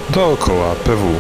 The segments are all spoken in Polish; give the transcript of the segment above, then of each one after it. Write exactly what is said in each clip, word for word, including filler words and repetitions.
Dookoła P W.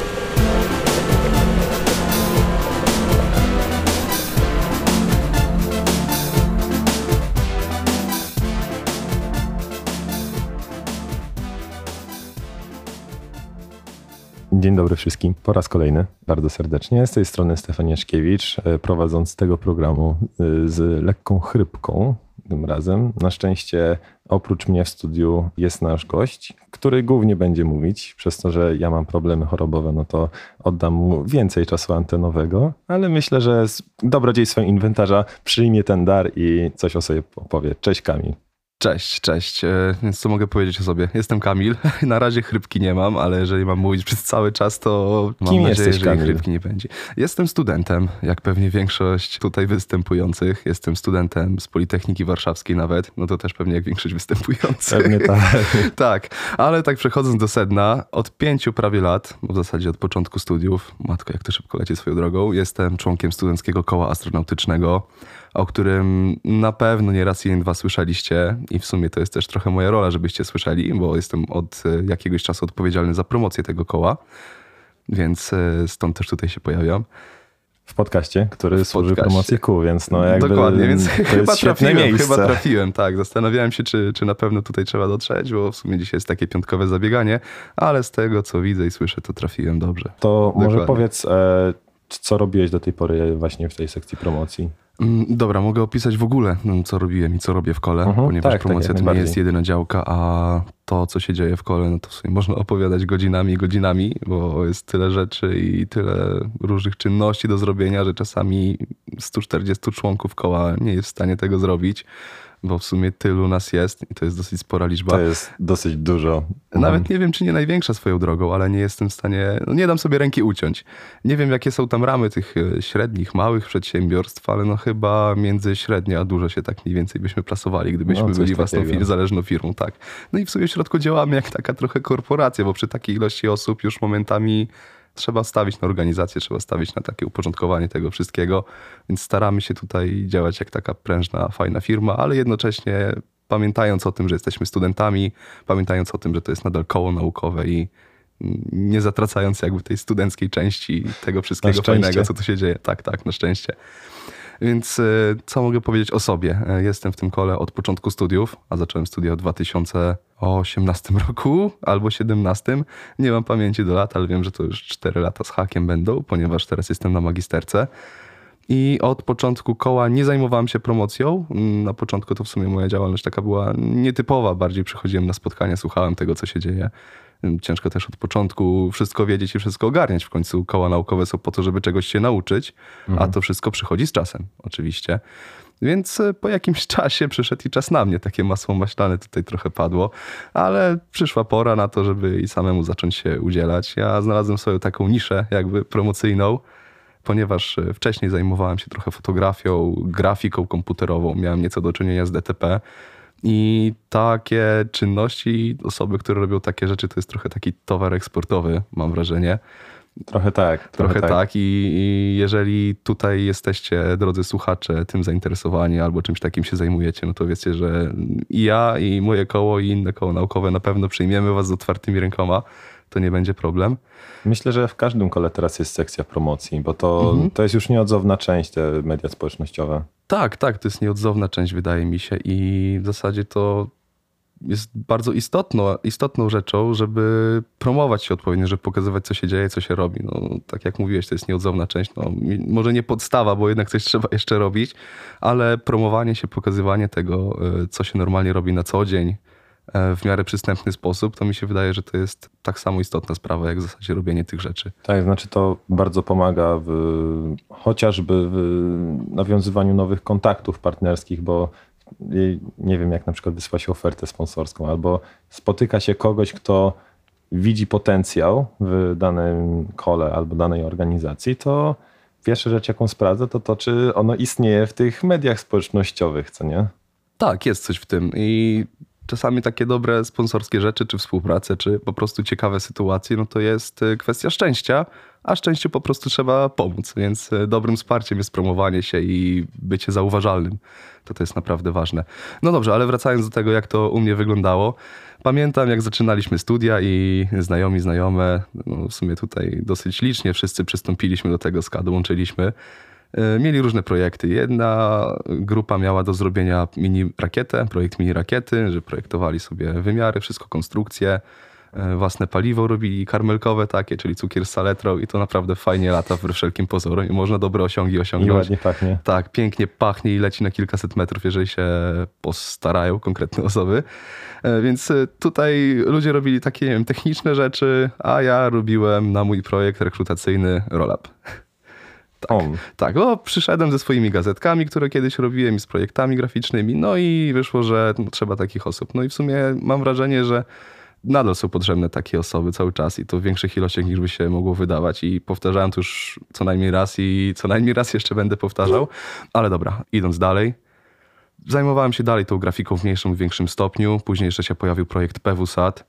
Dzień dobry wszystkim. Po raz kolejny bardzo serdecznie. Z tej strony Stefan Jaśkiewicz, prowadząc tego programu z lekką chrypką tym razem. Na szczęście oprócz mnie w studiu jest nasz gość, który głównie będzie mówić. Przez to, że ja mam problemy chorobowe, no to oddam mu więcej czasu antenowego, ale myślę, że z dobrodziejstwem inwentarza przyjmie ten dar i coś o sobie opowie. Cześć Kamil. Cześć, cześć. Więc co mogę powiedzieć o sobie? Jestem Kamil. Na razie chrypki nie mam, ale jeżeli mam mówić przez cały czas, to mam Kim nadzieję, jesteś, że Kamil? chrypki nie będzie. Jestem studentem, jak pewnie większość tutaj występujących. Jestem studentem z Politechniki Warszawskiej nawet. No to też pewnie jak większość występujących. Pewnie tak. Tak, ale tak przechodząc do sedna, od pięciu prawie lat, w zasadzie od początku studiów, matko jak to szybko leci swoją drogą, jestem członkiem Studenckiego Koła Astronautycznego, o którym na pewno nie raz i nie dwa słyszeliście i w sumie to jest też trochę moja rola, żebyście słyszeli, bo jestem od jakiegoś czasu odpowiedzialny za promocję tego koła, więc stąd też tutaj się pojawiam. W podcaście, który W służy podcaście. promocji kół, więc no jakby Dokładnie, więc to chyba jest świetne trafiłem, miejsce. chyba trafiłem, tak. Zastanawiałem się, czy, czy na pewno tutaj trzeba dotrzeć, bo w sumie dzisiaj jest takie piątkowe zabieganie, ale z tego, co widzę i słyszę, to trafiłem dobrze. To Dokładnie. może powiedz, e, co robiłeś do tej pory właśnie w tej sekcji promocji? Dobra, mogę opisać w ogóle, co robiłem i co robię w kole, Mhm, ponieważ tak, promocja tak, to nie najbardziej. jest jedyna działka, a to, co się dzieje w kole, no to w sumie można opowiadać godzinami i godzinami, bo jest tyle rzeczy i tyle różnych czynności do zrobienia, że czasami sto czterdziestu członków koła nie jest w stanie tego zrobić, bo w sumie tylu nas jest i to jest dosyć spora liczba. To jest dosyć dużo. Nawet nie wiem, czy nie największa swoją drogą, ale nie jestem w stanie, no nie dam sobie ręki uciąć. Nie wiem, jakie są tam ramy tych e, średnich, małych przedsiębiorstw, ale no chyba między średnio a dużo się tak mniej więcej byśmy plasowali, gdybyśmy No, coś byli własną takiego. fir- zależną firmą, tak. No i w sumie w środku działamy jak taka trochę korporacja, bo przy takiej ilości osób już momentami trzeba stawić na organizację, trzeba stawić na takie uporządkowanie tego wszystkiego, więc staramy się tutaj działać jak taka prężna, fajna firma, ale jednocześnie pamiętając o tym, że jesteśmy studentami, pamiętając o tym, że to jest nadal koło naukowe i nie zatracając jakby tej studenckiej części tego wszystkiego szczęście. fajnego, co tu się dzieje. Tak, tak, na szczęście. Więc y, co mogę powiedzieć o sobie? Y, Jestem w tym kole od początku studiów, a zacząłem studia w dwa tysiące osiemnastym roku albo siedemnastym. Nie mam pamięci do lat, ale wiem, że to już cztery lata z hakiem będą, ponieważ teraz jestem na magisterce. I od początku koła nie zajmowałem się promocją. Na początku to w sumie moja działalność taka była nietypowa. Bardziej przychodziłem na spotkania, słuchałem tego, co się dzieje. Ciężko też od początku wszystko wiedzieć i wszystko ogarniać. W końcu koła naukowe są po to, żeby czegoś się nauczyć, a to wszystko przychodzi z czasem, oczywiście. Więc po jakimś czasie przyszedł i czas na mnie. Takie masło maślane tutaj trochę padło, ale przyszła pora na to, żeby i samemu zacząć się udzielać. Ja znalazłem swoją taką niszę jakby promocyjną, ponieważ wcześniej zajmowałem się trochę fotografią, grafiką komputerową, miałem nieco do czynienia z D T P i takie czynności, osoby, które robią takie rzeczy, to jest trochę taki towar eksportowy, mam wrażenie. Trochę tak. Trochę, Trochę tak, I, i jeżeli tutaj jesteście, drodzy słuchacze, tym zainteresowani albo czymś takim się zajmujecie, no to wiecie, że i ja, i moje koło, i inne koło naukowe na pewno przyjmiemy was z otwartymi rękoma. To nie będzie problem. Myślę, że w każdym kole teraz jest sekcja promocji, bo to, Mhm. to jest już nieodzowna część, te media społecznościowe. Tak, tak, to jest nieodzowna część, wydaje mi się, i w zasadzie to jest bardzo istotno, istotną rzeczą, żeby promować się odpowiednio, żeby pokazywać, co się dzieje, co się robi. No, tak jak mówiłeś, to jest nieodzowna część. No, może nie podstawa, bo jednak coś trzeba jeszcze robić, ale promowanie się, pokazywanie tego, co się normalnie robi na co dzień, w miarę przystępny sposób, to mi się wydaje, że to jest tak samo istotna sprawa, jak w zasadzie robienie tych rzeczy. Tak, znaczy to bardzo pomaga w, chociażby w nawiązywaniu nowych kontaktów partnerskich, bo nie wiem, jak na przykład wysłać ofertę sponsorską, albo spotyka się kogoś, kto widzi potencjał w danym kole albo danej organizacji, to pierwsza rzecz, jaką sprawdza, to to, czy ono istnieje w tych mediach społecznościowych, co nie? Tak, jest coś w tym i czasami takie dobre sponsorskie rzeczy, czy współpracę, czy po prostu ciekawe sytuacje, no to jest kwestia szczęścia, a szczęściu po prostu trzeba pomóc, więc dobrym wsparciem jest promowanie się i bycie zauważalnym. To to jest naprawdę ważne. No dobrze, ale wracając do tego, jak to u mnie wyglądało. Pamiętam, jak zaczynaliśmy studia i znajomi, znajome, no w sumie tutaj dosyć licznie wszyscy przystąpiliśmy do tego ska, dołączyliśmy. Mieli różne projekty. Jedna grupa miała do zrobienia mini rakietę, projekt mini rakiety, że projektowali sobie wymiary, wszystko, konstrukcje, własne paliwo robili, karmelkowe takie, czyli cukier z saletrą i to naprawdę fajnie lata wbrew wszelkim pozorom i można dobre osiągi osiągnąć. I ładnie pachnie. Tak, pięknie pachnie i leci na kilkaset metrów, jeżeli się postarają konkretne osoby. Więc tutaj ludzie robili takie, nie wiem, techniczne rzeczy, a ja robiłem na mój projekt rekrutacyjny roll-up. Tak, o. tak, bo przyszedłem ze swoimi gazetkami, które kiedyś robiłem i z projektami graficznymi, no i wyszło, że no, trzeba takich osób. No i w sumie mam wrażenie, że nadal są potrzebne takie osoby cały czas i to w większych ilościach niż by się mogło wydawać i powtarzałem to już co najmniej raz i co najmniej raz jeszcze będę powtarzał, ale dobra, idąc dalej. Zajmowałem się dalej tą grafiką w mniejszym, w większym stopniu, później jeszcze się pojawił projekt P W SAT,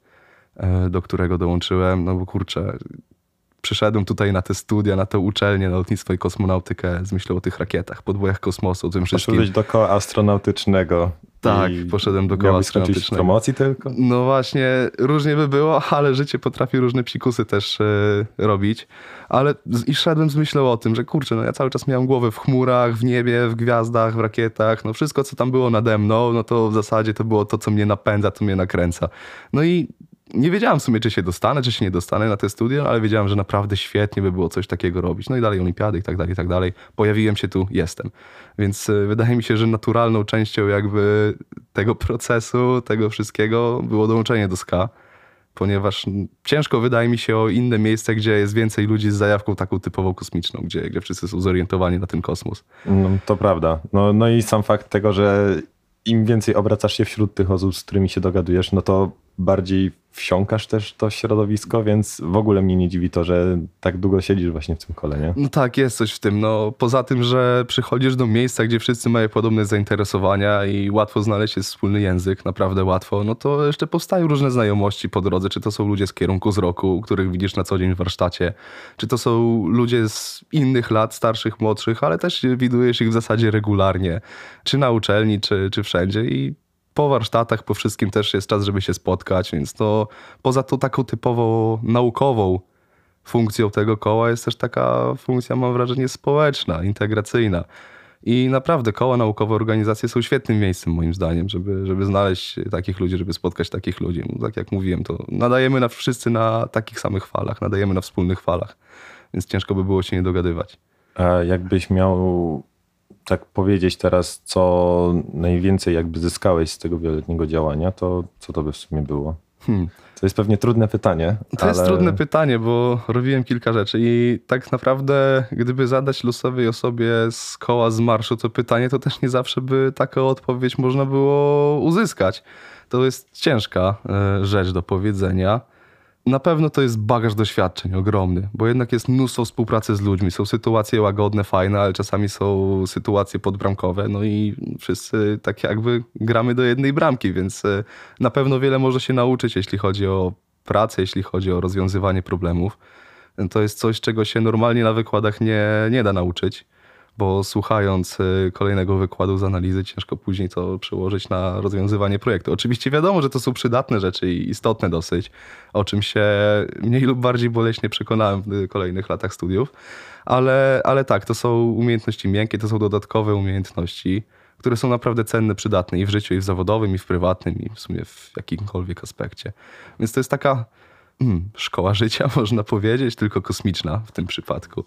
do którego dołączyłem, no bo kurczę, przyszedłem tutaj na te studia, na tę uczelnię, na lotnictwo i kosmonautykę z myślą o tych rakietach, podbojach kosmosu, o tym wszystkim. Poszedłeś do koła astronautycznego. Tak, poszedłem do koła astronautycznego. Promocji tylko? No właśnie, różnie by było, ale życie potrafi różne psikusy też yy, robić. Ale z, i szedłem z myślą o tym, że kurczę, no ja cały czas miałem głowę w chmurach, w niebie, w gwiazdach, w rakietach. No wszystko, co tam było nade mną, no to w zasadzie to było to, co mnie napędza, co mnie nakręca. No i nie wiedziałem w sumie, czy się dostanę, czy się nie dostanę na te studia, ale wiedziałem, że naprawdę świetnie by było coś takiego robić. No i dalej olimpiady i tak dalej, i tak dalej. Pojawiłem się tu, jestem. Więc wydaje mi się, że naturalną częścią jakby tego procesu, tego wszystkiego było dołączenie do ska, ponieważ ciężko wydaje mi się o inne miejsce, gdzie jest więcej ludzi z zajawką taką typową kosmiczną, gdzie, gdzie wszyscy są zorientowani na ten kosmos. No, to prawda. No, no i sam fakt tego, że im więcej obracasz się wśród tych osób, z którymi się dogadujesz, no to bardziej wsiąkasz też to środowisko, więc w ogóle mnie nie dziwi to, że tak długo siedzisz właśnie w tym kole, nie? No tak, jest coś w tym. No, poza tym, że przychodzisz do miejsca, gdzie wszyscy mają podobne zainteresowania i łatwo znaleźć jest wspólny język, naprawdę łatwo, no to jeszcze powstają różne znajomości po drodze. Czy to są ludzie z kierunku wzroku, których widzisz na co dzień w warsztacie, czy to są ludzie z innych lat, starszych, młodszych, ale też widujesz ich w zasadzie regularnie, czy na uczelni, czy, czy wszędzie i po warsztatach, po wszystkim też jest czas, żeby się spotkać, więc to poza tą taką typowo naukową funkcją tego koła jest też taka funkcja, mam wrażenie, społeczna, integracyjna. I naprawdę koła naukowe, organizacje są świetnym miejscem moim zdaniem, żeby, żeby znaleźć takich ludzi, żeby spotkać takich ludzi. No, tak jak mówiłem, to nadajemy na wszyscy na takich samych falach, nadajemy na wspólnych falach, więc ciężko by było się nie dogadywać. A jakbyś miał tak powiedzieć teraz, co najwięcej jakby zyskałeś z tego wieloletniego działania, to co to by w sumie było? Hmm. To jest pewnie trudne pytanie. To ale... jest trudne pytanie, bo robiłem kilka rzeczy i tak naprawdę gdyby zadać losowej osobie z koła, z marszu to pytanie, to też nie zawsze by taką odpowiedź można było uzyskać. To jest ciężka rzecz do powiedzenia. Na pewno to jest bagaż doświadczeń ogromny, bo jednak jest mnóstwo współpracy z ludźmi. Są sytuacje łagodne, fajne, ale czasami są sytuacje podbramkowe. No i wszyscy tak jakby gramy do jednej bramki, więc na pewno wiele może się nauczyć, jeśli chodzi o pracę, jeśli chodzi o rozwiązywanie problemów. To jest coś, czego się normalnie na wykładach nie, nie da nauczyć, bo słuchając kolejnego wykładu z analizy ciężko później to przełożyć na rozwiązywanie projektu. Oczywiście wiadomo, że to są przydatne rzeczy i istotne dosyć, o czym się mniej lub bardziej boleśnie przekonałem w kolejnych latach studiów, ale, ale tak, to są umiejętności miękkie, to są dodatkowe umiejętności, które są naprawdę cenne, przydatne i w życiu, i w zawodowym, i w prywatnym, i w sumie w jakimkolwiek aspekcie. Więc to jest taka hmm, szkoła życia, można powiedzieć, tylko kosmiczna w tym przypadku.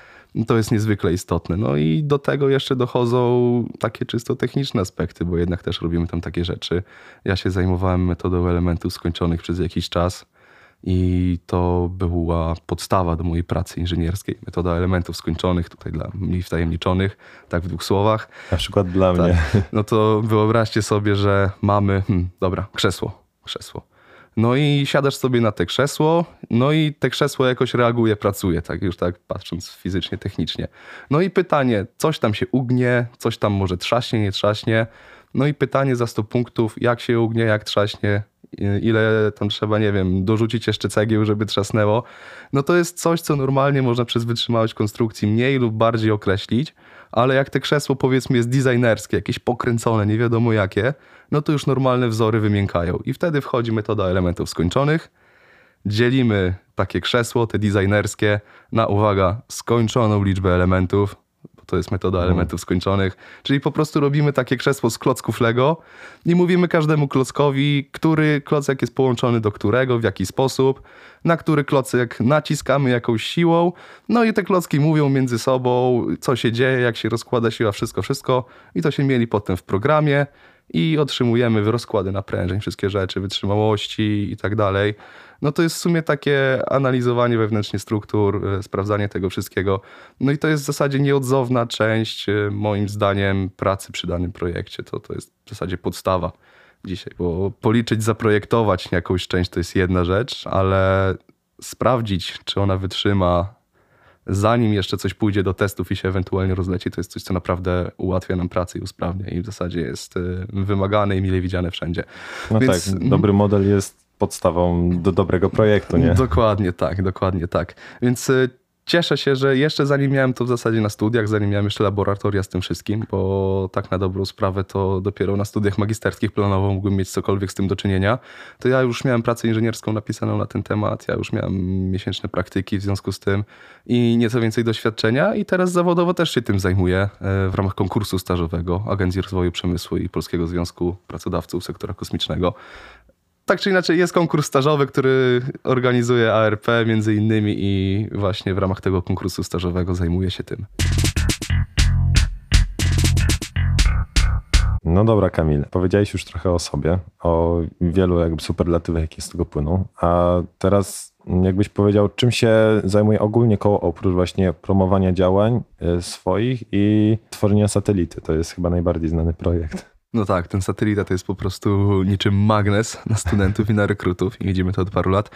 To jest niezwykle istotne. No i do tego jeszcze dochodzą takie czysto techniczne aspekty, bo jednak też robimy tam takie rzeczy. Ja się zajmowałem metodą elementów skończonych przez jakiś czas i to była podstawa do mojej pracy inżynierskiej. Metoda elementów skończonych, tutaj dla mniej wtajemniczonych, tak w dwóch słowach. Na przykład dla tak. mnie. No to wyobraźcie sobie, że mamy, hmm, dobra, krzesło, krzesło. No i siadasz sobie na te krzesło, no i te krzesło jakoś reaguje, pracuje, tak już tak patrząc fizycznie, technicznie. No i pytanie, coś tam się ugnie, coś tam może trzaśnie, nie trzaśnie. No i pytanie za sto punktów, jak się ugnie, jak trzaśnie ile tam trzeba, nie wiem, dorzucić jeszcze cegieł, żeby trzasnęło. No to jest coś, co normalnie można przez wytrzymałość konstrukcji mniej lub bardziej określić, ale jak te krzesło powiedzmy jest designerskie, jakieś pokręcone, nie wiadomo jakie, no to już normalne wzory wymiękają. I wtedy wchodzi metoda elementów skończonych. Dzielimy takie krzesło, te designerskie, na, uwaga, skończoną liczbę elementów, bo to jest metoda elementów skończonych, czyli po prostu robimy takie krzesło z klocków Lego i mówimy każdemu klockowi, który klocek jest połączony do którego, w jaki sposób, na który klocek naciskamy jakąś siłą, no i te klocki mówią między sobą, co się dzieje, jak się rozkłada siła, wszystko, wszystko i to się mieli potem w programie i otrzymujemy rozkłady naprężeń, wszystkie rzeczy, wytrzymałości i tak dalej. No to jest w sumie takie analizowanie wewnętrznie struktur, sprawdzanie tego wszystkiego. No i to jest w zasadzie nieodzowna część, moim zdaniem, pracy przy danym projekcie. To, to jest w zasadzie podstawa dzisiaj, bo policzyć, zaprojektować jakąś część to jest jedna rzecz, ale sprawdzić, czy ona wytrzyma, zanim jeszcze coś pójdzie do testów i się ewentualnie rozleci, to jest coś, co naprawdę ułatwia nam pracę i usprawnia i w zasadzie jest wymagane i mile widziane wszędzie. No Więc tak, dobry model jest podstawą do dobrego projektu, nie? Dokładnie tak, dokładnie tak. Więc cieszę się, że jeszcze zanim miałem to w zasadzie na studiach, zanim miałem jeszcze laboratoria z tym wszystkim, bo tak na dobrą sprawę to dopiero na studiach magisterskich planowo mógłbym mieć cokolwiek z tym do czynienia, to ja już miałem pracę inżynierską napisaną na ten temat, ja już miałem miesięczne praktyki w związku z tym i nieco więcej doświadczenia i teraz zawodowo też się tym zajmuję w ramach konkursu stażowego Agencji Rozwoju Przemysłu i Polskiego Związku Pracodawców Sektora Kosmicznego. Tak czy inaczej jest konkurs stażowy, który organizuje A R P między innymi i właśnie w ramach tego konkursu stażowego zajmuję się tym. No dobra, Kamil, powiedziałeś już trochę o sobie, o wielu jakby superlatywach, jakie z tego płyną, a teraz jakbyś powiedział, czym się zajmuje ogólnie koło oprócz właśnie promowania działań swoich i tworzenia satelity. To jest chyba najbardziej znany projekt. No tak, ten satelita to jest po prostu niczym magnes na studentów i na rekrutów i widzimy to od paru lat.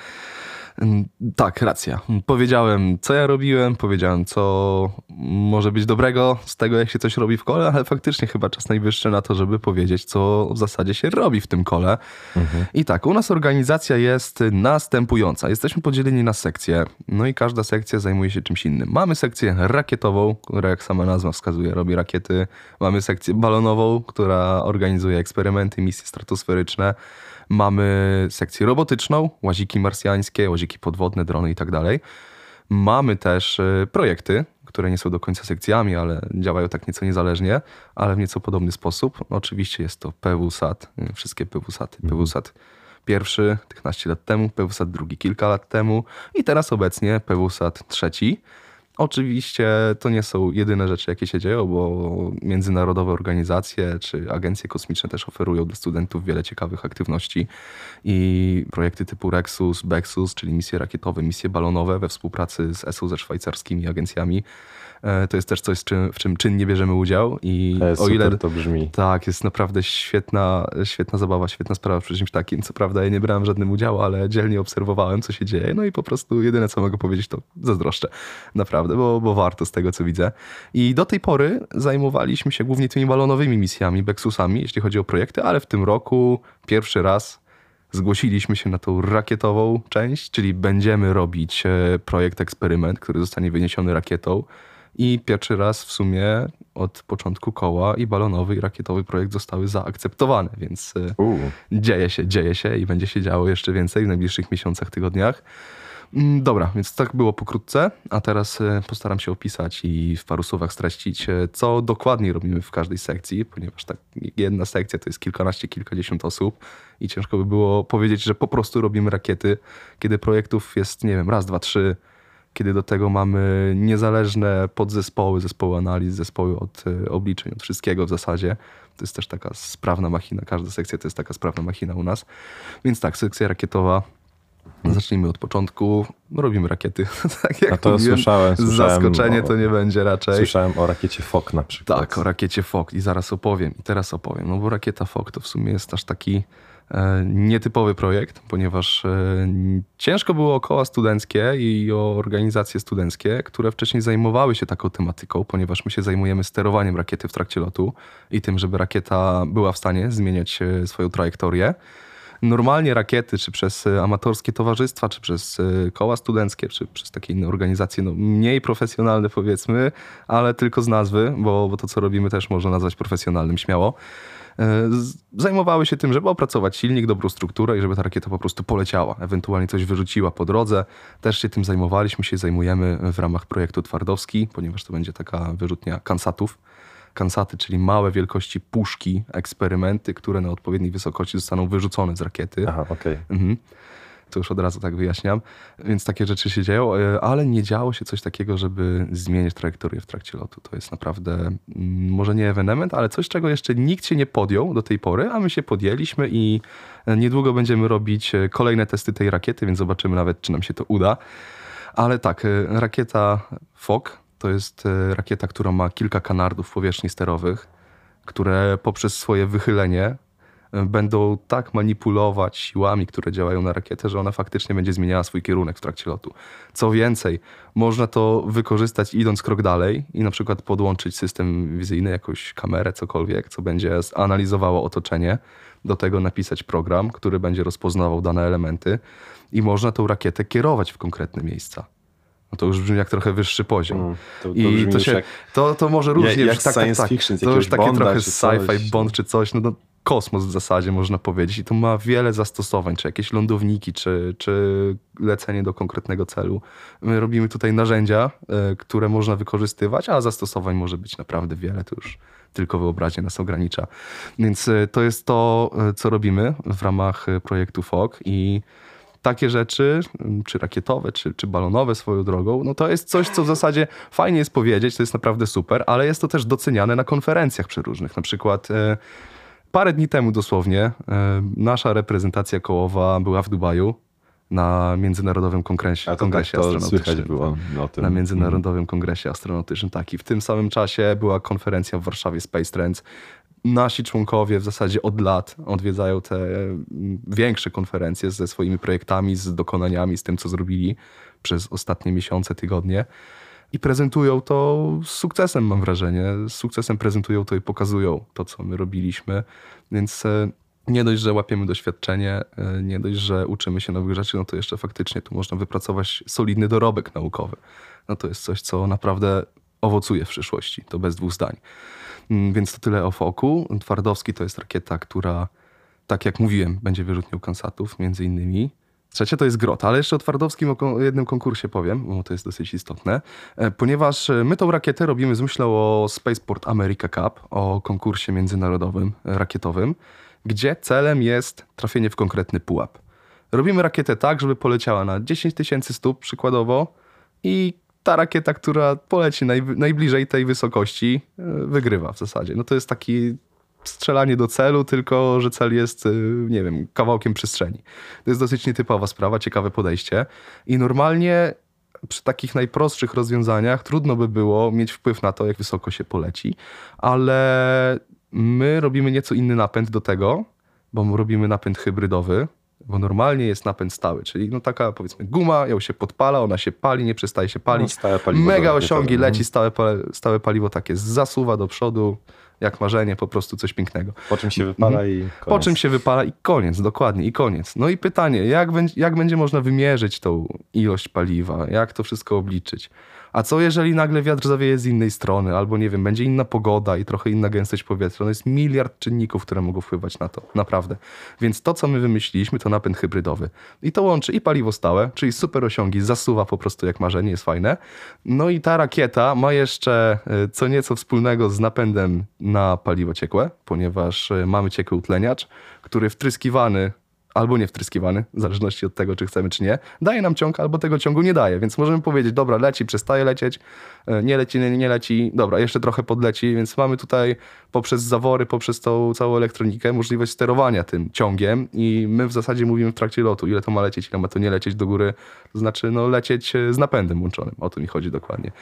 Tak, racja. Powiedziałem, co ja robiłem, powiedziałem, co może być dobrego z tego, jak się coś robi w kole, ale faktycznie chyba czas najwyższy na to, żeby powiedzieć, co w zasadzie się robi w tym kole. Mhm. I tak, u nas organizacja jest następująca. Jesteśmy podzieleni na sekcje, no i każda sekcja zajmuje się czymś innym. Mamy sekcję rakietową, która jak sama nazwa wskazuje, robi rakiety. Mamy sekcję balonową, która organizuje eksperymenty, misje stratosferyczne. Mamy sekcję robotyczną, łaziki marsjańskie, łaziki podwodne, drony i tak dalej. Mamy też projekty, które nie są do końca sekcjami, ale działają tak nieco niezależnie, ale w nieco podobny sposób. Oczywiście jest to P W SAT, wszystkie P W SATy. P W SAT pierwszy piętnaście lat temu, P W SAT drugi kilka lat temu i teraz obecnie P W SAT trzeci. Oczywiście to nie są jedyne rzeczy, jakie się dzieją, bo międzynarodowe organizacje czy agencje kosmiczne też oferują dla studentów wiele ciekawych aktywności i projekty typu Rexus, Bexus, czyli misje rakietowe, misje balonowe we współpracy z E S U, ze szwajcarskimi agencjami. To jest też coś, w czym, w czym czynnie bierzemy udział. I to jest o ile super, to brzmi. Tak, jest naprawdę świetna, świetna zabawa, świetna sprawa przy czymś takim. Co prawda ja nie brałem w żadnym udziału, ale dzielnie obserwowałem, co się dzieje. No i po prostu jedyne, co mogę powiedzieć, to zazdroszczę. Naprawdę, bo, bo warto z tego, co widzę. I do tej pory zajmowaliśmy się głównie tymi balonowymi misjami, Bexusami, jeśli chodzi o projekty, ale w tym roku pierwszy raz zgłosiliśmy się na tą rakietową część, czyli będziemy robić projekt, eksperyment, który zostanie wyniesiony rakietą. I pierwszy raz w sumie od początku koła i balonowy, i rakietowy projekt zostały zaakceptowane, więc uh. dzieje się, dzieje się i będzie się działo jeszcze więcej w najbliższych miesiącach, tygodniach. Dobra, więc tak było pokrótce, a teraz postaram się opisać i w paru słowach streścić, co dokładnie robimy w każdej sekcji, ponieważ tak jedna sekcja to jest kilkanaście, kilkadziesiąt osób i ciężko by było powiedzieć, że po prostu robimy rakiety, kiedy projektów jest, nie wiem, raz, dwa, trzy, kiedy do tego mamy niezależne podzespoły, zespoły analiz, zespoły od obliczeń, od wszystkiego w zasadzie. To jest też taka sprawna machina, każda sekcja to jest taka sprawna machina u nas. Więc tak, sekcja rakietowa. Zacznijmy od początku. Robimy rakiety. Tak jak A to mówiłem, słyszałem, słyszałem. Zaskoczenie o, to nie będzie raczej. Słyszałem o rakiecie Fok na przykład. Tak, o rakiecie Fok i zaraz opowiem. I teraz opowiem. No bo rakieta Fok to w sumie jest aż taki e, nietypowy projekt, ponieważ e, ciężko było o koła studenckie i o organizacje studenckie, które wcześniej zajmowały się taką tematyką, ponieważ my się zajmujemy sterowaniem rakiety w trakcie lotu i tym, żeby rakieta była w stanie zmieniać swoją trajektorię. normalnie rakiety, czy przez amatorskie towarzystwa, czy przez koła studenckie, czy przez takie inne organizacje, no mniej profesjonalne powiedzmy, ale tylko z nazwy, bo, bo to co robimy też można nazwać profesjonalnym śmiało, zajmowały się tym, żeby opracować silnik, dobrą strukturę i żeby ta rakieta po prostu poleciała, ewentualnie coś wyrzuciła po drodze. Też się tym zajmowaliśmy, się zajmujemy w ramach projektu Twardowski, ponieważ to będzie taka wyrzutnia kansatów. Kansaty, czyli małe wielkości puszki, eksperymenty, które na odpowiedniej wysokości zostaną wyrzucone z rakiety. Aha, okej. Okay. Mhm. To już od razu tak wyjaśniam. Więc takie rzeczy się dzieją, ale nie działo się coś takiego, żeby zmienić trajektorię w trakcie lotu. To jest naprawdę, może nie ewenement, ale coś, czego jeszcze nikt się nie podjął do tej pory, a my się podjęliśmy i niedługo będziemy robić kolejne testy tej rakiety, więc zobaczymy nawet, czy nam się to uda. Ale tak, rakieta F O K to jest rakieta, która ma kilka kanardów powierzchni sterowych, które poprzez swoje wychylenie będą tak manipulować siłami, które działają na rakietę, że ona faktycznie będzie zmieniała swój kierunek w trakcie lotu. Co więcej, można to wykorzystać idąc krok dalej i na przykład podłączyć system wizyjny, jakąś kamerę, cokolwiek, co będzie analizowało otoczenie. Do tego napisać program, który będzie rozpoznawał dane elementy i można tą rakietę kierować w konkretne miejsca. No to już brzmi jak trochę wyższy poziom. Mm, to, to I to, się, jak, to, to może różnie... Jak, jak tak, science tak, fiction, to już takie Bonda, trochę sci-fi, sci-fi, Bond czy coś. No, no, kosmos w zasadzie można powiedzieć. I to ma wiele zastosowań, czy jakieś lądowniki, czy, czy lecenie do konkretnego celu. My robimy tutaj narzędzia, y, które można wykorzystywać, a zastosowań może być naprawdę wiele. To już tylko wyobraźnia nas ogranicza. Więc y, to jest to, y, co robimy w ramach projektu F O K i takie rzeczy, czy rakietowe, czy, czy balonowe swoją drogą, no to jest coś, co w zasadzie fajnie jest powiedzieć, to jest naprawdę super, ale jest to też doceniane na konferencjach przeróżnych. Na przykład e, parę dni temu dosłownie e, nasza reprezentacja kołowa była w Dubaju na Międzynarodowym Kongresie, A to kongresie tak, to Astronautycznym. Słychać było o tym. Na Międzynarodowym Kongresie Astronautycznym, tak. I w tym samym czasie była konferencja w Warszawie Space Trends. Nasi członkowie w zasadzie od lat odwiedzają te większe konferencje ze swoimi projektami, z dokonaniami, z tym, co zrobili przez ostatnie miesiące, tygodnie i prezentują to z sukcesem, mam wrażenie. Z sukcesem prezentują to i pokazują to, co my robiliśmy. Więc nie dość, że łapiemy doświadczenie, nie dość, że uczymy się nowych rzeczy, no to jeszcze faktycznie tu można wypracować solidny dorobek naukowy. No to jest coś, co naprawdę owocuje w przyszłości, to bez dwóch zdań. Więc to tyle o F O K-u. Twardowski to jest rakieta, która, tak jak mówiłem, będzie wyrzutnią kansatów między innymi. Trzecia to jest Grota, ale jeszcze o Twardowskim o jednym konkursie powiem, bo to jest dosyć istotne, ponieważ my tą rakietę robimy z myślą o Spaceport America Cup, o konkursie międzynarodowym rakietowym, gdzie celem jest trafienie w konkretny pułap. Robimy rakietę tak, żeby poleciała na dziesięć tysięcy stóp przykładowo i ta rakieta, która poleci naj, najbliżej tej wysokości, wygrywa w zasadzie. No to jest taki strzelanie do celu, tylko że cel jest, nie wiem, kawałkiem przestrzeni. To jest dosyć nietypowa sprawa, ciekawe podejście. I normalnie przy takich najprostszych rozwiązaniach trudno by było mieć wpływ na to, jak wysoko się poleci, ale my robimy nieco inny napęd do tego, bo robimy napęd hybrydowy, bo normalnie jest napęd stały, czyli no taka powiedzmy guma, ją się podpala, ona się pali, nie przestaje się palić. No, mega osiągi, leci stałe, stałe paliwo takie zasuwa do przodu, jak marzenie, po prostu coś pięknego. Po czym się wypala i koniec. Po czym się wypala i koniec, dokładnie, i koniec. No i pytanie, jak, będzie, jak będzie można wymierzyć tą ilość paliwa, jak to wszystko obliczyć? A co jeżeli nagle wiatr zawieje z innej strony, albo nie wiem, będzie inna pogoda i trochę inna gęstość powietrza? No jest miliard czynników, które mogą wpływać na to, naprawdę. Więc to, co my wymyśliliśmy, to napęd hybrydowy. I to łączy i paliwo stałe, czyli super osiągi, zasuwa po prostu jak marzenie, jest fajne. No i ta rakieta ma jeszcze co nieco wspólnego z napędem na paliwo ciekłe, ponieważ mamy ciekły utleniacz, który wtryskiwany albo nie wtryskiwany, w zależności od tego, czy chcemy, czy nie, daje nam ciąg, albo tego ciągu nie daje. Więc możemy powiedzieć, dobra, leci, przestaje lecieć, nie leci, nie, nie leci, dobra, jeszcze trochę podleci, więc mamy tutaj poprzez zawory, poprzez tą całą elektronikę możliwość sterowania tym ciągiem i my w zasadzie mówimy w trakcie lotu, ile to ma lecieć, ile ma to nie lecieć do góry, to znaczy no lecieć z napędem włączonym, o to mi chodzi dokładnie.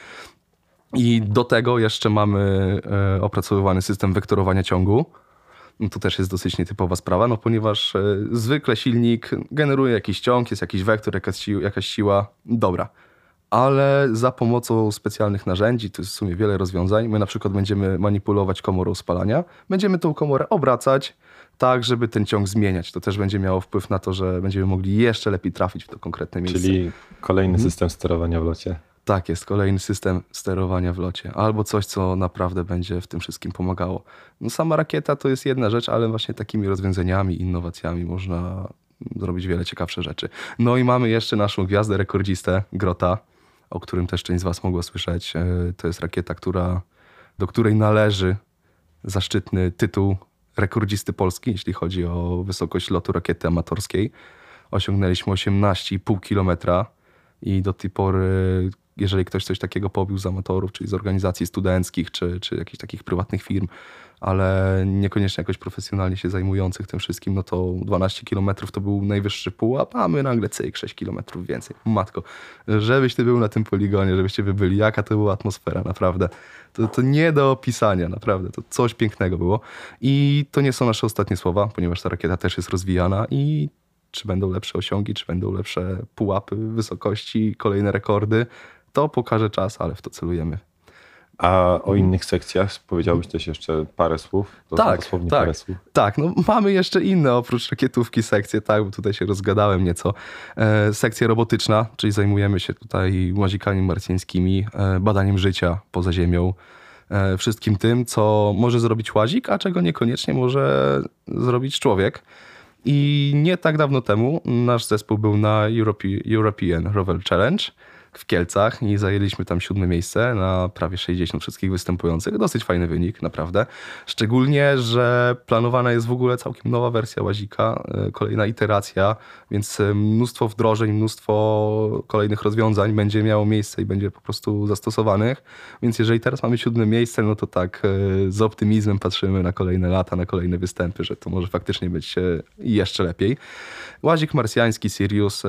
I do tego jeszcze mamy e, opracowywany system wektorowania ciągu. No to też jest dosyć nietypowa sprawa, no ponieważ e, zwykle silnik generuje jakiś ciąg, jest jakiś wektor, jakaś, siła, jakaś siła, dobra. Ale za pomocą specjalnych narzędzi, to jest w sumie wiele rozwiązań, my na przykład będziemy manipulować komorą spalania, będziemy tą komorę obracać, tak żeby ten ciąg zmieniać. To też będzie miało wpływ na to, że będziemy mogli jeszcze lepiej trafić w to konkretne miejsce. Czyli kolejny hmm. system sterowania w locie. Tak jest, kolejny system sterowania w locie. Albo coś, co naprawdę będzie w tym wszystkim pomagało. No sama rakieta to jest jedna rzecz, ale właśnie takimi rozwiązaniami, innowacjami można zrobić wiele ciekawszych rzeczy. No i mamy jeszcze naszą gwiazdę rekordzistę, Grota, o którym też część z was mogła słyszeć. To jest rakieta, która, do której należy zaszczytny tytuł rekordzisty Polski, jeśli chodzi o wysokość lotu rakiety amatorskiej. Osiągnęliśmy osiemnaście i pół kilometra i do tej pory, jeżeli ktoś coś takiego pobił z amatorów, czyli z organizacji studenckich, czy, czy jakichś takich prywatnych firm, ale niekoniecznie jakoś profesjonalnie się zajmujących tym wszystkim, no to dwanaście kilometrów to był najwyższy pułap, a my nagle cyk, sześć kilometrów więcej. Matko, żebyś ty był na tym poligonie, żebyście wy byli, jaka to była atmosfera, naprawdę. To, to nie do opisania, naprawdę, to coś pięknego było. I to nie są nasze ostatnie słowa, ponieważ ta rakieta też jest rozwijana i czy będą lepsze osiągi, czy będą lepsze pułapy, wysokości, kolejne rekordy, to pokaże czas, ale w to celujemy. A o innych sekcjach powiedziałbyś też jeszcze parę słów? To tak, dosłownie tak, parę słów. tak. No mamy jeszcze inne oprócz rakietówki sekcje, tak, bo tutaj się rozgadałem nieco. E, sekcja robotyczna, czyli zajmujemy się tutaj łazikami marsjańskimi, e, badaniem życia poza ziemią, e, wszystkim tym, co może zrobić łazik, a czego niekoniecznie może zrobić człowiek. I nie tak dawno temu nasz zespół był na Europe, European Rover Challenge w Kielcach i zajęliśmy tam siódme miejsce na prawie sześćdziesiąt wszystkich występujących. Dosyć fajny wynik, naprawdę. Szczególnie, że planowana jest w ogóle całkiem nowa wersja łazika, kolejna iteracja, więc mnóstwo wdrożeń, mnóstwo kolejnych rozwiązań będzie miało miejsce i będzie po prostu zastosowanych. Więc jeżeli teraz mamy siódme miejsce, no to tak z optymizmem patrzymy na kolejne lata, na kolejne występy, że to może faktycznie być jeszcze lepiej. Łazik marsjański Sirius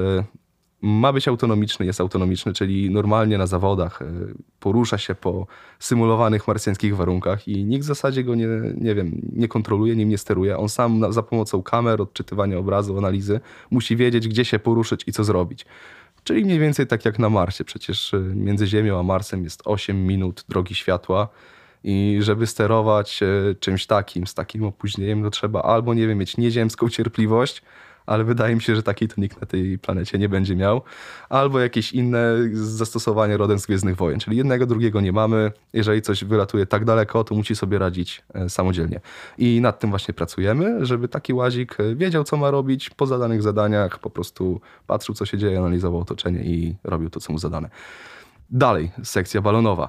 ma być autonomiczny, jest autonomiczny, czyli normalnie na zawodach porusza się po symulowanych marsjańskich warunkach i nikt w zasadzie go nie, nie wiem, nie kontroluje, nim nie steruje. On sam na, za pomocą kamer, odczytywania obrazu, analizy musi wiedzieć, gdzie się poruszyć i co zrobić. Czyli mniej więcej tak jak na Marsie. Przecież między Ziemią a Marsem jest osiem minut drogi światła i żeby sterować czymś takim, z takim opóźnieniem, to trzeba albo, nie wiem, mieć nieziemską cierpliwość, ale wydaje mi się, że takiej to nikt na tej planecie nie będzie miał. Albo jakieś inne zastosowanie rodem z Gwiezdnych Wojen. Czyli jednego, drugiego nie mamy. Jeżeli coś wylatuje tak daleko, to musi sobie radzić samodzielnie. I nad tym właśnie pracujemy, żeby taki łazik wiedział, co ma robić po zadanych zadaniach. Po prostu patrzył, co się dzieje, analizował otoczenie i robił to, co mu zadane. Dalej, sekcja balonowa.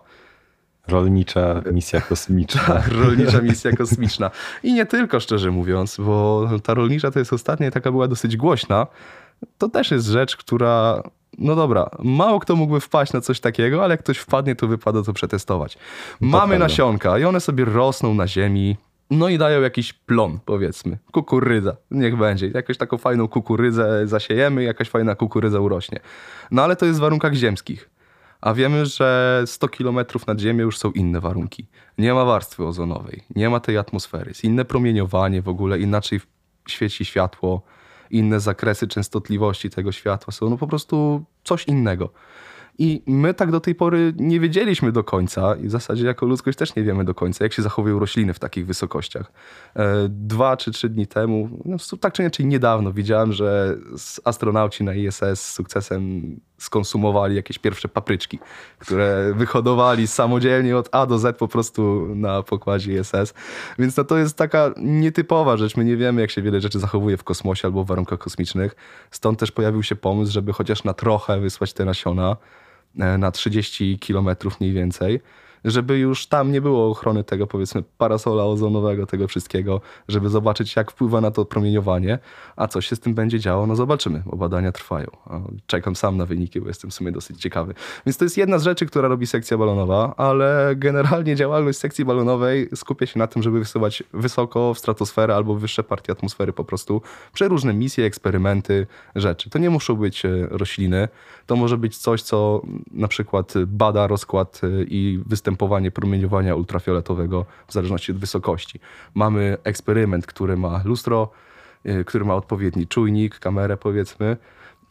Rolnicza misja kosmiczna. Rolnicza misja kosmiczna. I nie tylko, szczerze mówiąc, bo ta rolnicza to jest ostatnia, taka była dosyć głośna. To też jest rzecz, która, no dobra, mało kto mógłby wpaść na coś takiego, ale jak ktoś wpadnie, to wypada to przetestować. Mamy nasionka i one sobie rosną na ziemi, no i dają jakiś plon, powiedzmy. Kukurydza, niech będzie. Jakąś taką fajną kukurydzę zasiejemy, jakaś fajna kukurydza urośnie. No ale to jest w warunkach ziemskich. A wiemy, że sto kilometrów nad ziemią już są inne warunki. Nie ma warstwy ozonowej, nie ma tej atmosfery, jest inne promieniowanie w ogóle, inaczej świeci światło, inne zakresy częstotliwości tego światła są no po prostu coś innego. I my tak do tej pory nie wiedzieliśmy do końca i w zasadzie jako ludzkość też nie wiemy do końca, jak się zachowują rośliny w takich wysokościach. Dwa czy trzy dni temu, no tak czy inaczej niedawno, widziałem, że astronauci na I S S z sukcesem skonsumowali jakieś pierwsze papryczki, które wyhodowali samodzielnie od A do Z po prostu na pokładzie I S S. Więc no to jest taka nietypowa rzecz. My nie wiemy, jak się wiele rzeczy zachowuje w kosmosie albo w warunkach kosmicznych. Stąd też pojawił się pomysł, żeby chociaż na trochę wysłać te nasiona na trzydzieści kilometrów mniej więcej, żeby już tam nie było ochrony tego, powiedzmy, parasola ozonowego, tego wszystkiego, żeby zobaczyć, jak wpływa na to promieniowanie, a co się z tym będzie działo, no zobaczymy, bo badania trwają. Czekam sam na wyniki, bo jestem w sumie dosyć ciekawy. Więc to jest jedna z rzeczy, która robi sekcja balonowa, ale generalnie działalność sekcji balonowej skupia się na tym, żeby wysyłać wysoko w stratosferę albo wyższe partie atmosfery po prostu, przeróżne misje, eksperymenty, rzeczy. To nie muszą być rośliny, to może być coś, co na przykład bada rozkład i występowanie promieniowania ultrafioletowego w zależności od wysokości. Mamy eksperyment, który ma lustro, który ma odpowiedni czujnik, kamerę powiedzmy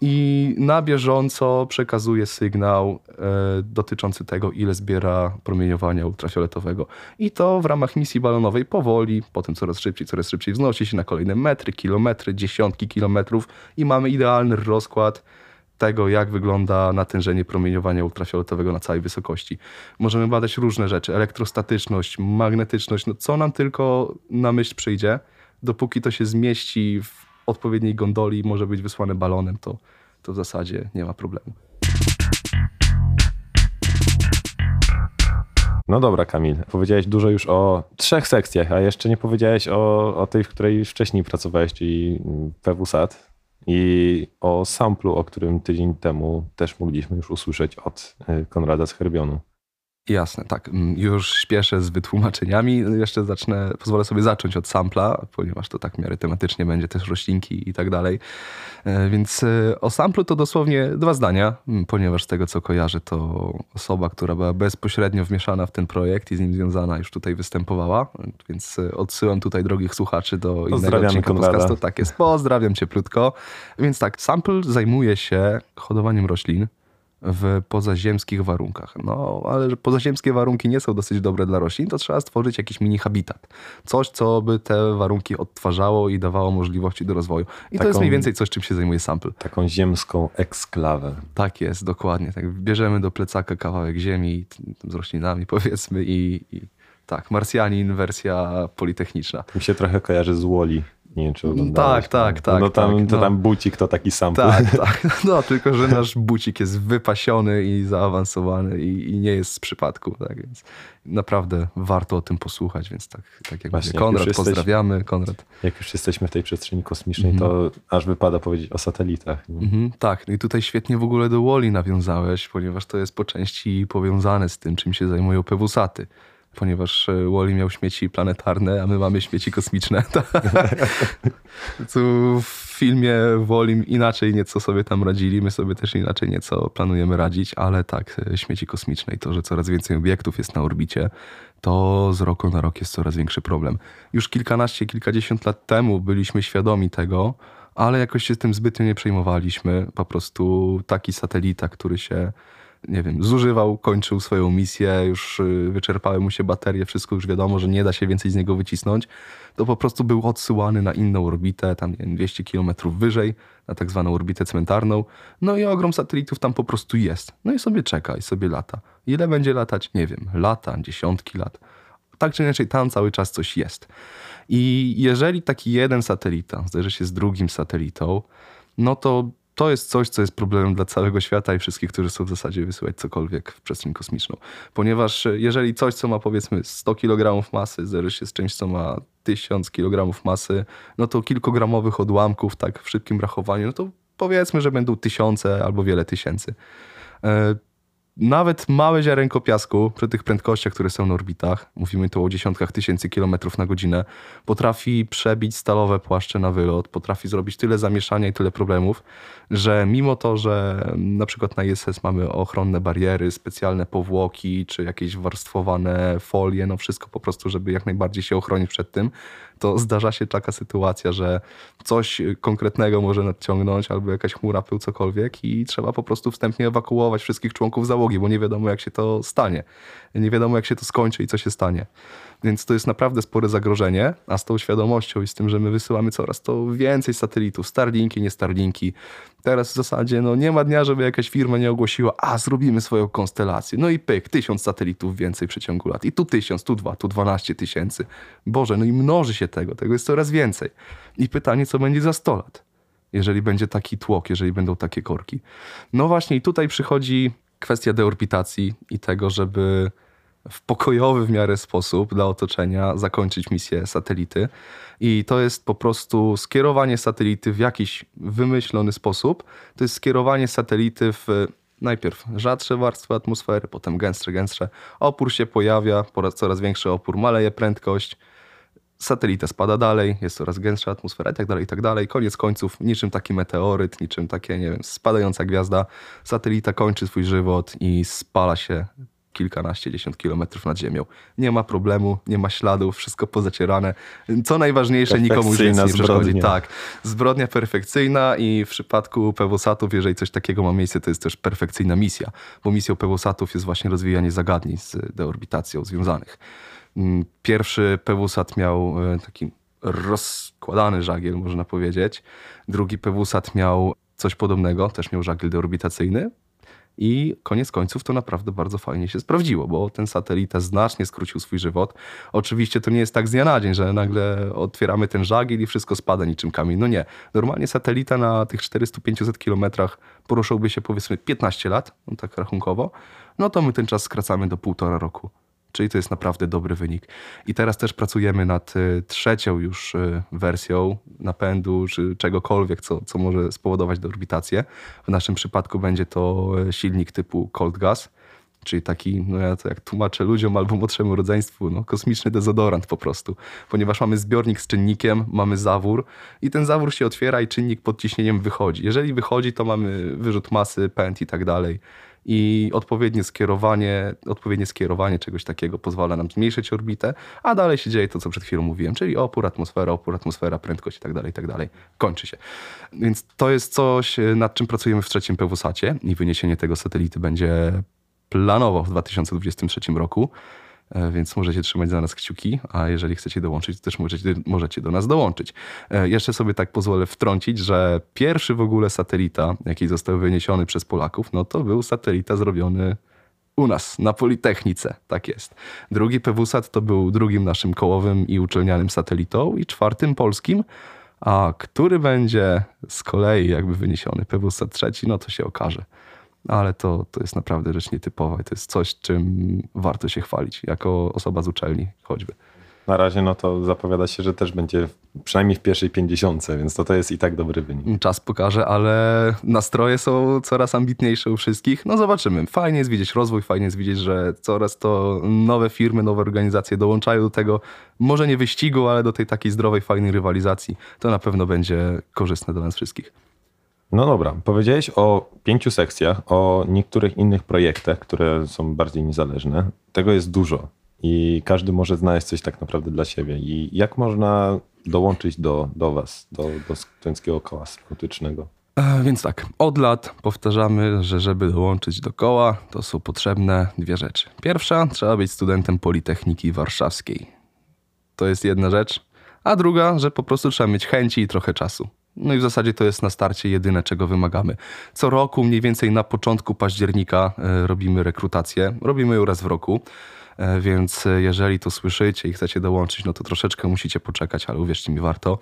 i na bieżąco przekazuje sygnał e, dotyczący tego, ile zbiera promieniowania ultrafioletowego. I to w ramach misji balonowej powoli, potem coraz szybciej, coraz szybciej wznosi się na kolejne metry, kilometry, dziesiątki kilometrów i mamy idealny rozkład tego, jak wygląda natężenie promieniowania ultrafioletowego na całej wysokości. Możemy badać różne rzeczy, elektrostatyczność, magnetyczność, no co nam tylko na myśl przyjdzie, dopóki to się zmieści w odpowiedniej gondoli i może być wysłane balonem, to, to w zasadzie nie ma problemu. No dobra, Kamil, powiedziałeś dużo już o trzech sekcjach, a jeszcze nie powiedziałeś o, o tej, w której już wcześniej pracowałeś, czyli P W S A T i o samplu, o którym tydzień temu też mogliśmy już usłyszeć od Konrada z Herbionu. Jasne, tak. Już śpieszę z wytłumaczeniami. Jeszcze zacznę, pozwolę sobie zacząć od sampla, ponieważ to tak w miarę tematycznie będzie też roślinki i tak dalej. Więc o samplu to dosłownie dwa zdania, ponieważ z tego co kojarzę, to osoba, która była bezpośrednio wmieszana w ten projekt i z nim związana, już tutaj występowała. Więc odsyłam tutaj drogich słuchaczy do innego odcinka podcastu. Tak jest, pozdrawiam cieplutko. Więc tak, sample zajmuje się hodowaniem roślin w pozaziemskich warunkach. No, ale że pozaziemskie warunki nie są dosyć dobre dla roślin, to trzeba stworzyć jakiś mini habitat. Coś, co by te warunki odtwarzało i dawało możliwości do rozwoju. I taką, to jest mniej więcej coś, czym się zajmuje sample. Taką ziemską eksklawę. Tak jest, dokładnie. Tak bierzemy do plecaka kawałek ziemi z roślinami, powiedzmy, i, i tak, Marsjanin, wersja politechniczna. Mi się trochę kojarzy z Wall-E. Nie wiem, czy oglądałeś. Tak, tak, tak. No tam, tak, to no. tam bucik to taki sample. Tak, tak. No tylko, że nasz bucik jest wypasiony i zaawansowany i, i nie jest z przypadku. Tak więc naprawdę warto o tym posłuchać. Więc tak, tak jak Właśnie, mówię, Konrad, jak pozdrawiamy. Jesteś, Konrad. Jak już jesteśmy w tej przestrzeni kosmicznej, Mhm. to aż wypada powiedzieć o satelitach. Mhm, tak, no i tutaj świetnie w ogóle do Wall-E nawiązałeś, ponieważ to jest po części powiązane z tym, czym się zajmują P W S A Ty. Ponieważ Wall-E miał śmieci planetarne, a my mamy śmieci kosmiczne. Tu w filmie Wall-E inaczej nieco sobie tam radzili, my sobie też inaczej nieco planujemy radzić, ale tak, śmieci kosmiczne i to, że coraz więcej obiektów jest na orbicie, to z roku na rok jest coraz większy problem. Już kilkanaście, kilkadziesiąt lat temu byliśmy świadomi tego, ale jakoś się tym zbytnio nie przejmowaliśmy. Po prostu taki satelita, który się nie wiem, zużywał, kończył swoją misję, już wyczerpały mu się baterie, wszystko już wiadomo, że nie da się więcej z niego wycisnąć, to po prostu był odsyłany na inną orbitę, tam nie wiem, dwieście kilometrów wyżej, na tak zwaną orbitę cmentarną. No i ogrom satelitów tam po prostu jest. No i sobie czeka i sobie lata. Ile będzie latać? Nie wiem, lata, dziesiątki lat. Tak czy inaczej tam cały czas coś jest. I jeżeli taki jeden satelita zderzy się z drugim satelitą, no to to jest coś, co jest problemem dla całego świata i wszystkich, którzy chcą w zasadzie wysyłać cokolwiek w przestrzeń kosmiczną. Ponieważ jeżeli coś, co ma powiedzmy sto kilogramów masy, zderzy się z czymś, co ma tysiąc kilogramów masy, no to kilkogramowych odłamków tak w szybkim rachowaniu, no to powiedzmy, że będą tysiące albo wiele tysięcy. Nawet małe ziarenko piasku przy tych prędkościach, które są na orbitach, mówimy tu o dziesiątkach tysięcy kilometrów na godzinę, potrafi przebić stalowe płaszcze na wylot, potrafi zrobić tyle zamieszania i tyle problemów, że mimo to, że na przykład na I S S mamy ochronne bariery, specjalne powłoki, czy jakieś warstwowane folie, no wszystko po prostu, żeby jak najbardziej się ochronić przed tym, to zdarza się taka sytuacja, że coś konkretnego może nadciągnąć albo jakaś chmura, pył, cokolwiek i trzeba po prostu wstępnie ewakuować wszystkich członków załogi, bo nie wiadomo jak się to stanie. Nie wiadomo jak się to skończy i co się stanie. Więc to jest naprawdę spore zagrożenie, a z tą świadomością i z tym, że my wysyłamy coraz to więcej satelitów, Starlinki, nie Starlinki. Teraz w zasadzie no, nie ma dnia, żeby jakaś firma nie ogłosiła, a zrobimy swoją konstelację. No i pyk, tysiąc satelitów więcej w przeciągu lat. I tu tysiąc, tu dwa, tu dwanaście tysięcy. Boże, no i mnoży się tego, tego jest coraz więcej. I pytanie, co będzie za sto lat, jeżeli będzie taki tłok, jeżeli będą takie korki. No właśnie i tutaj przychodzi kwestia deorbitacji i tego, żeby w pokojowy w miarę sposób dla otoczenia zakończyć misję satelity. I to jest po prostu skierowanie satelity w jakiś wymyślony sposób. To jest skierowanie satelity w najpierw rzadsze warstwy atmosfery, potem gęstsze, gęstsze. Opór się pojawia, coraz większy opór, maleje prędkość. Satelita spada dalej, jest coraz gęstsza atmosfera i tak dalej, i tak dalej. Koniec końców, niczym taki meteoryt, niczym takie, nie wiem, spadająca gwiazda. Satelita kończy swój żywot i spala się kilkanaście, dziesiąt kilometrów nad ziemią. Nie ma problemu, nie ma śladów, wszystko pozacierane. Co najważniejsze, nikomu nic nie przeszkodzi. Tak, zbrodnia perfekcyjna i w przypadku pewosatów, jeżeli coś takiego ma miejsce, to jest też perfekcyjna misja, bo misją pewosatów jest właśnie rozwijanie zagadnień z deorbitacją związanych. Pierwszy pewosat miał taki rozkładany żagiel, można powiedzieć. Drugi pewosat miał coś podobnego, też miał żagiel deorbitacyjny. I koniec końców to naprawdę bardzo fajnie się sprawdziło, bo ten satelita znacznie skrócił swój żywot. Oczywiście to nie jest tak z dnia na dzień, że nagle otwieramy ten żagiel i wszystko spada niczym kamień. No nie. Normalnie satelita na tych czterysta do pięciuset kilometrach poruszałby się powiedzmy piętnaście lat, no tak rachunkowo. No to my ten czas skracamy do półtora roku. Czyli to jest naprawdę dobry wynik. I teraz też pracujemy nad trzecią już wersją napędu, czy czegokolwiek, co, co może spowodować deorbitację. W naszym przypadku będzie to silnik typu cold gas, czyli taki, no ja to jak tłumaczę ludziom albo młodszemu rodzeństwu, no kosmiczny dezodorant po prostu. Ponieważ mamy zbiornik z czynnikiem, mamy zawór i ten zawór się otwiera i czynnik pod ciśnieniem wychodzi. Jeżeli wychodzi, to mamy wyrzut masy, pęd i tak dalej. I odpowiednie skierowanie, odpowiednie skierowanie czegoś takiego pozwala nam zmniejszyć orbitę, a dalej się dzieje to, co przed chwilą mówiłem, czyli opór, atmosfera, opór, atmosfera, prędkość i tak dalej, i tak dalej. Kończy się. Więc to jest coś, nad czym pracujemy w trzecim pewosacie i wyniesienie tego satelity będzie planowo w dwa tysiące dwudziestym trzecim roku. Więc możecie trzymać za nas kciuki, a jeżeli chcecie dołączyć, to też możecie, możecie do nas dołączyć. Jeszcze sobie tak pozwolę wtrącić, że pierwszy w ogóle satelita, jaki został wyniesiony przez Polaków, no to był satelita zrobiony u nas, na Politechnice, tak jest. Drugi pewosat to był drugim naszym kołowym i uczelnianym satelitą i czwartym polskim, a który będzie z kolei jakby wyniesiony pewosat trzeci, no to się okaże. Ale to, to jest naprawdę rzecz nietypowa i to jest coś, czym warto się chwalić, jako osoba z uczelni choćby. Na razie no to zapowiada się, że też będzie przynajmniej w pierwszej pięćdziesiątce, więc to, to jest i tak dobry wynik. Czas pokaże, ale nastroje są coraz ambitniejsze u wszystkich. No zobaczymy. Fajnie jest widzieć rozwój, fajnie jest widzieć, że coraz to nowe firmy, nowe organizacje dołączają do tego, może nie wyścigu, ale do tej takiej zdrowej, fajnej rywalizacji. To na pewno będzie korzystne dla nas wszystkich. No dobra, powiedziałeś o pięciu sekcjach, o niektórych innych projektach, które są bardziej niezależne. Tego jest dużo i każdy może znaleźć coś tak naprawdę dla siebie. I jak można dołączyć do, do was, do, do Studenckiego Koła Asymptotycznego? E, więc tak, od lat powtarzamy, że żeby dołączyć do koła, to są potrzebne dwie rzeczy. Pierwsza, trzeba być studentem Politechniki Warszawskiej. To jest jedna rzecz. A druga, że po prostu trzeba mieć chęci i trochę czasu. No i w zasadzie to jest na starcie jedyne, czego wymagamy. Co roku, mniej więcej na początku października robimy rekrutację. Robimy ją raz w roku, więc jeżeli to słyszycie i chcecie dołączyć, no to troszeczkę musicie poczekać, ale uwierzcie mi, warto.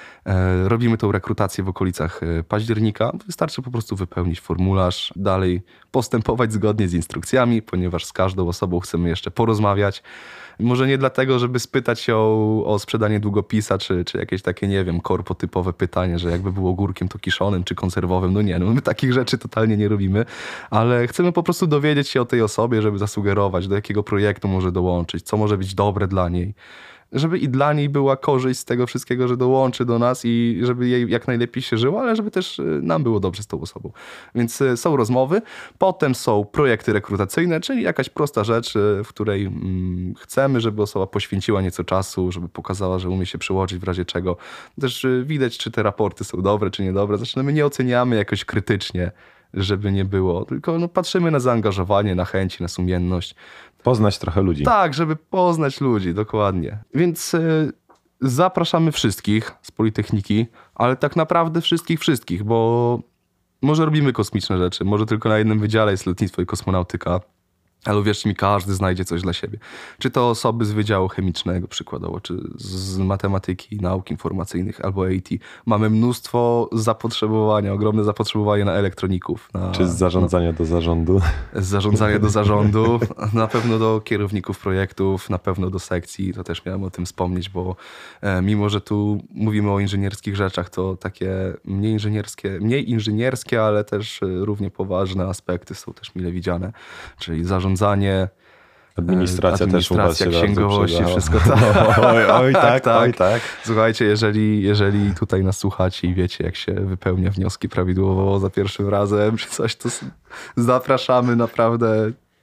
Robimy tą rekrutację w okolicach października. Wystarczy po prostu wypełnić formularz, dalej postępować zgodnie z instrukcjami, ponieważ z każdą osobą chcemy jeszcze porozmawiać. Może nie dlatego, żeby spytać się o, o sprzedanie długopisa, czy, czy jakieś takie, nie wiem, korpo-typowe pytanie, że jakby było ogórkiem, to kiszonym, czy konserwowym. No nie, no my takich rzeczy totalnie nie robimy, ale chcemy po prostu dowiedzieć się o tej osobie, żeby zasugerować, do jakiego projektu może dołączyć, co może być dobre dla niej. Żeby i dla niej była korzyść z tego wszystkiego, że dołączy do nas i żeby jej jak najlepiej się żyło, ale żeby też nam było dobrze z tą osobą. Więc są rozmowy, potem są projekty rekrutacyjne, czyli jakaś prosta rzecz, w której chcemy, żeby osoba poświęciła nieco czasu, żeby pokazała, że umie się przyłożyć w razie czego. Też widać, czy te raporty są dobre, czy niedobre. Zresztą my nie oceniamy jakoś krytycznie, żeby nie było, tylko no, patrzymy na zaangażowanie, na chęci, na sumienność. Poznać trochę ludzi. Tak, żeby poznać ludzi, dokładnie. Więc y, zapraszamy wszystkich z Politechniki, ale tak naprawdę wszystkich, wszystkich, bo może robimy kosmiczne rzeczy, może tylko na jednym wydziale jest lotnictwo i kosmonautyka, ale uwierzcie mi, każdy znajdzie coś dla siebie. Czy to osoby z Wydziału Chemicznego przykładowo, czy z matematyki, nauk informacyjnych albo A I T. Mamy mnóstwo zapotrzebowania, ogromne zapotrzebowanie na elektroników. Na, czy z zarządzania no, do zarządu? Z zarządzania do zarządu, na pewno do kierowników projektów, na pewno do sekcji. To też miałem o tym wspomnieć, bo e, mimo, że tu mówimy o inżynierskich rzeczach, to takie mniej inżynierskie, mniej inżynierskie, ale też równie poważne aspekty są też mile widziane. Czyli zarządzanie Zarządzanie, administracja, administracja też księgowości, wszystko tak. oj, oj, tak, tak, oj, tak. Słuchajcie, jeżeli, jeżeli tutaj nas słuchacie i wiecie, jak się wypełnia wnioski prawidłowo za pierwszym razem, czy coś, to zapraszamy naprawdę.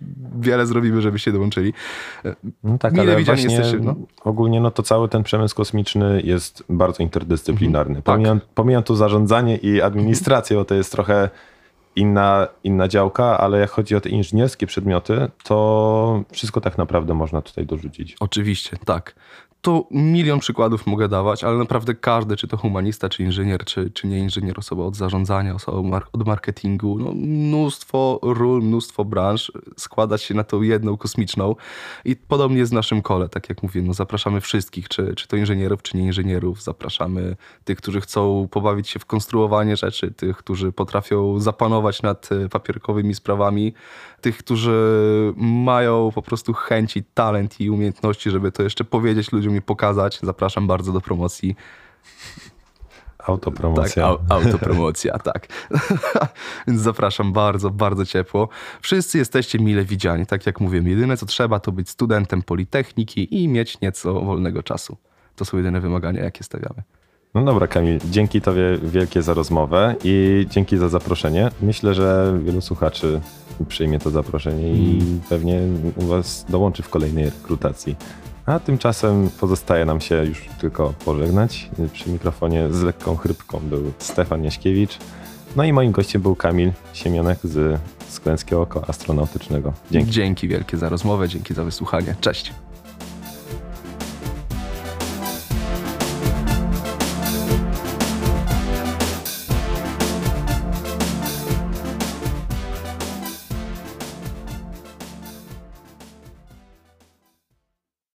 wiele zrobimy, żebyście dołączyli. No tak, Mile ale widziani właśnie jesteście, no. ogólnie no to cały ten przemysł kosmiczny jest bardzo interdyscyplinarny. Mhm, pomijam, tak. pomijam tu zarządzanie i administrację, bo to jest trochę inna, inna działka, ale jak chodzi o te inżynierskie przedmioty, to wszystko tak naprawdę można tutaj dorzucić. Oczywiście, tak. Tu milion przykładów mogę dawać, ale naprawdę każdy, czy to humanista, czy inżynier, czy, czy nie inżynier, osoba od zarządzania, osoba mar- od marketingu, no mnóstwo ról, mnóstwo branż składa się na tą jedną kosmiczną i podobnie jest w naszym kole, tak jak mówię, no zapraszamy wszystkich, czy, czy to inżynierów, czy nie inżynierów, zapraszamy tych, którzy chcą pobawić się w konstruowanie rzeczy, tych, którzy potrafią zapanować nad papierkowymi sprawami, tych, którzy mają po prostu chęci, talent i umiejętności, żeby to jeszcze powiedzieć ludziom i pokazać. Zapraszam bardzo do promocji. Autopromocja. Tak, au, autopromocja, tak. Więc zapraszam bardzo, bardzo ciepło. Wszyscy jesteście mile widziani. Tak jak mówię, jedyne co trzeba to być studentem Politechniki i mieć nieco wolnego czasu. To są jedyne wymagania, jakie stawiamy. No dobra, Kamil, dzięki Tobie wielkie za rozmowę i dzięki za zaproszenie. Myślę, że wielu słuchaczy przyjmie to zaproszenie i mm. pewnie u Was dołączy w kolejnej rekrutacji. A tymczasem pozostaje nam się już tylko pożegnać. Przy mikrofonie z lekką chrypką był Stefan Jaśkiewicz. No i moim gościem był Kamil Siemionek z Sklęckiego Koła Astronautycznego. Dzięki. Dzięki wielkie za rozmowę, dzięki za wysłuchanie. Cześć.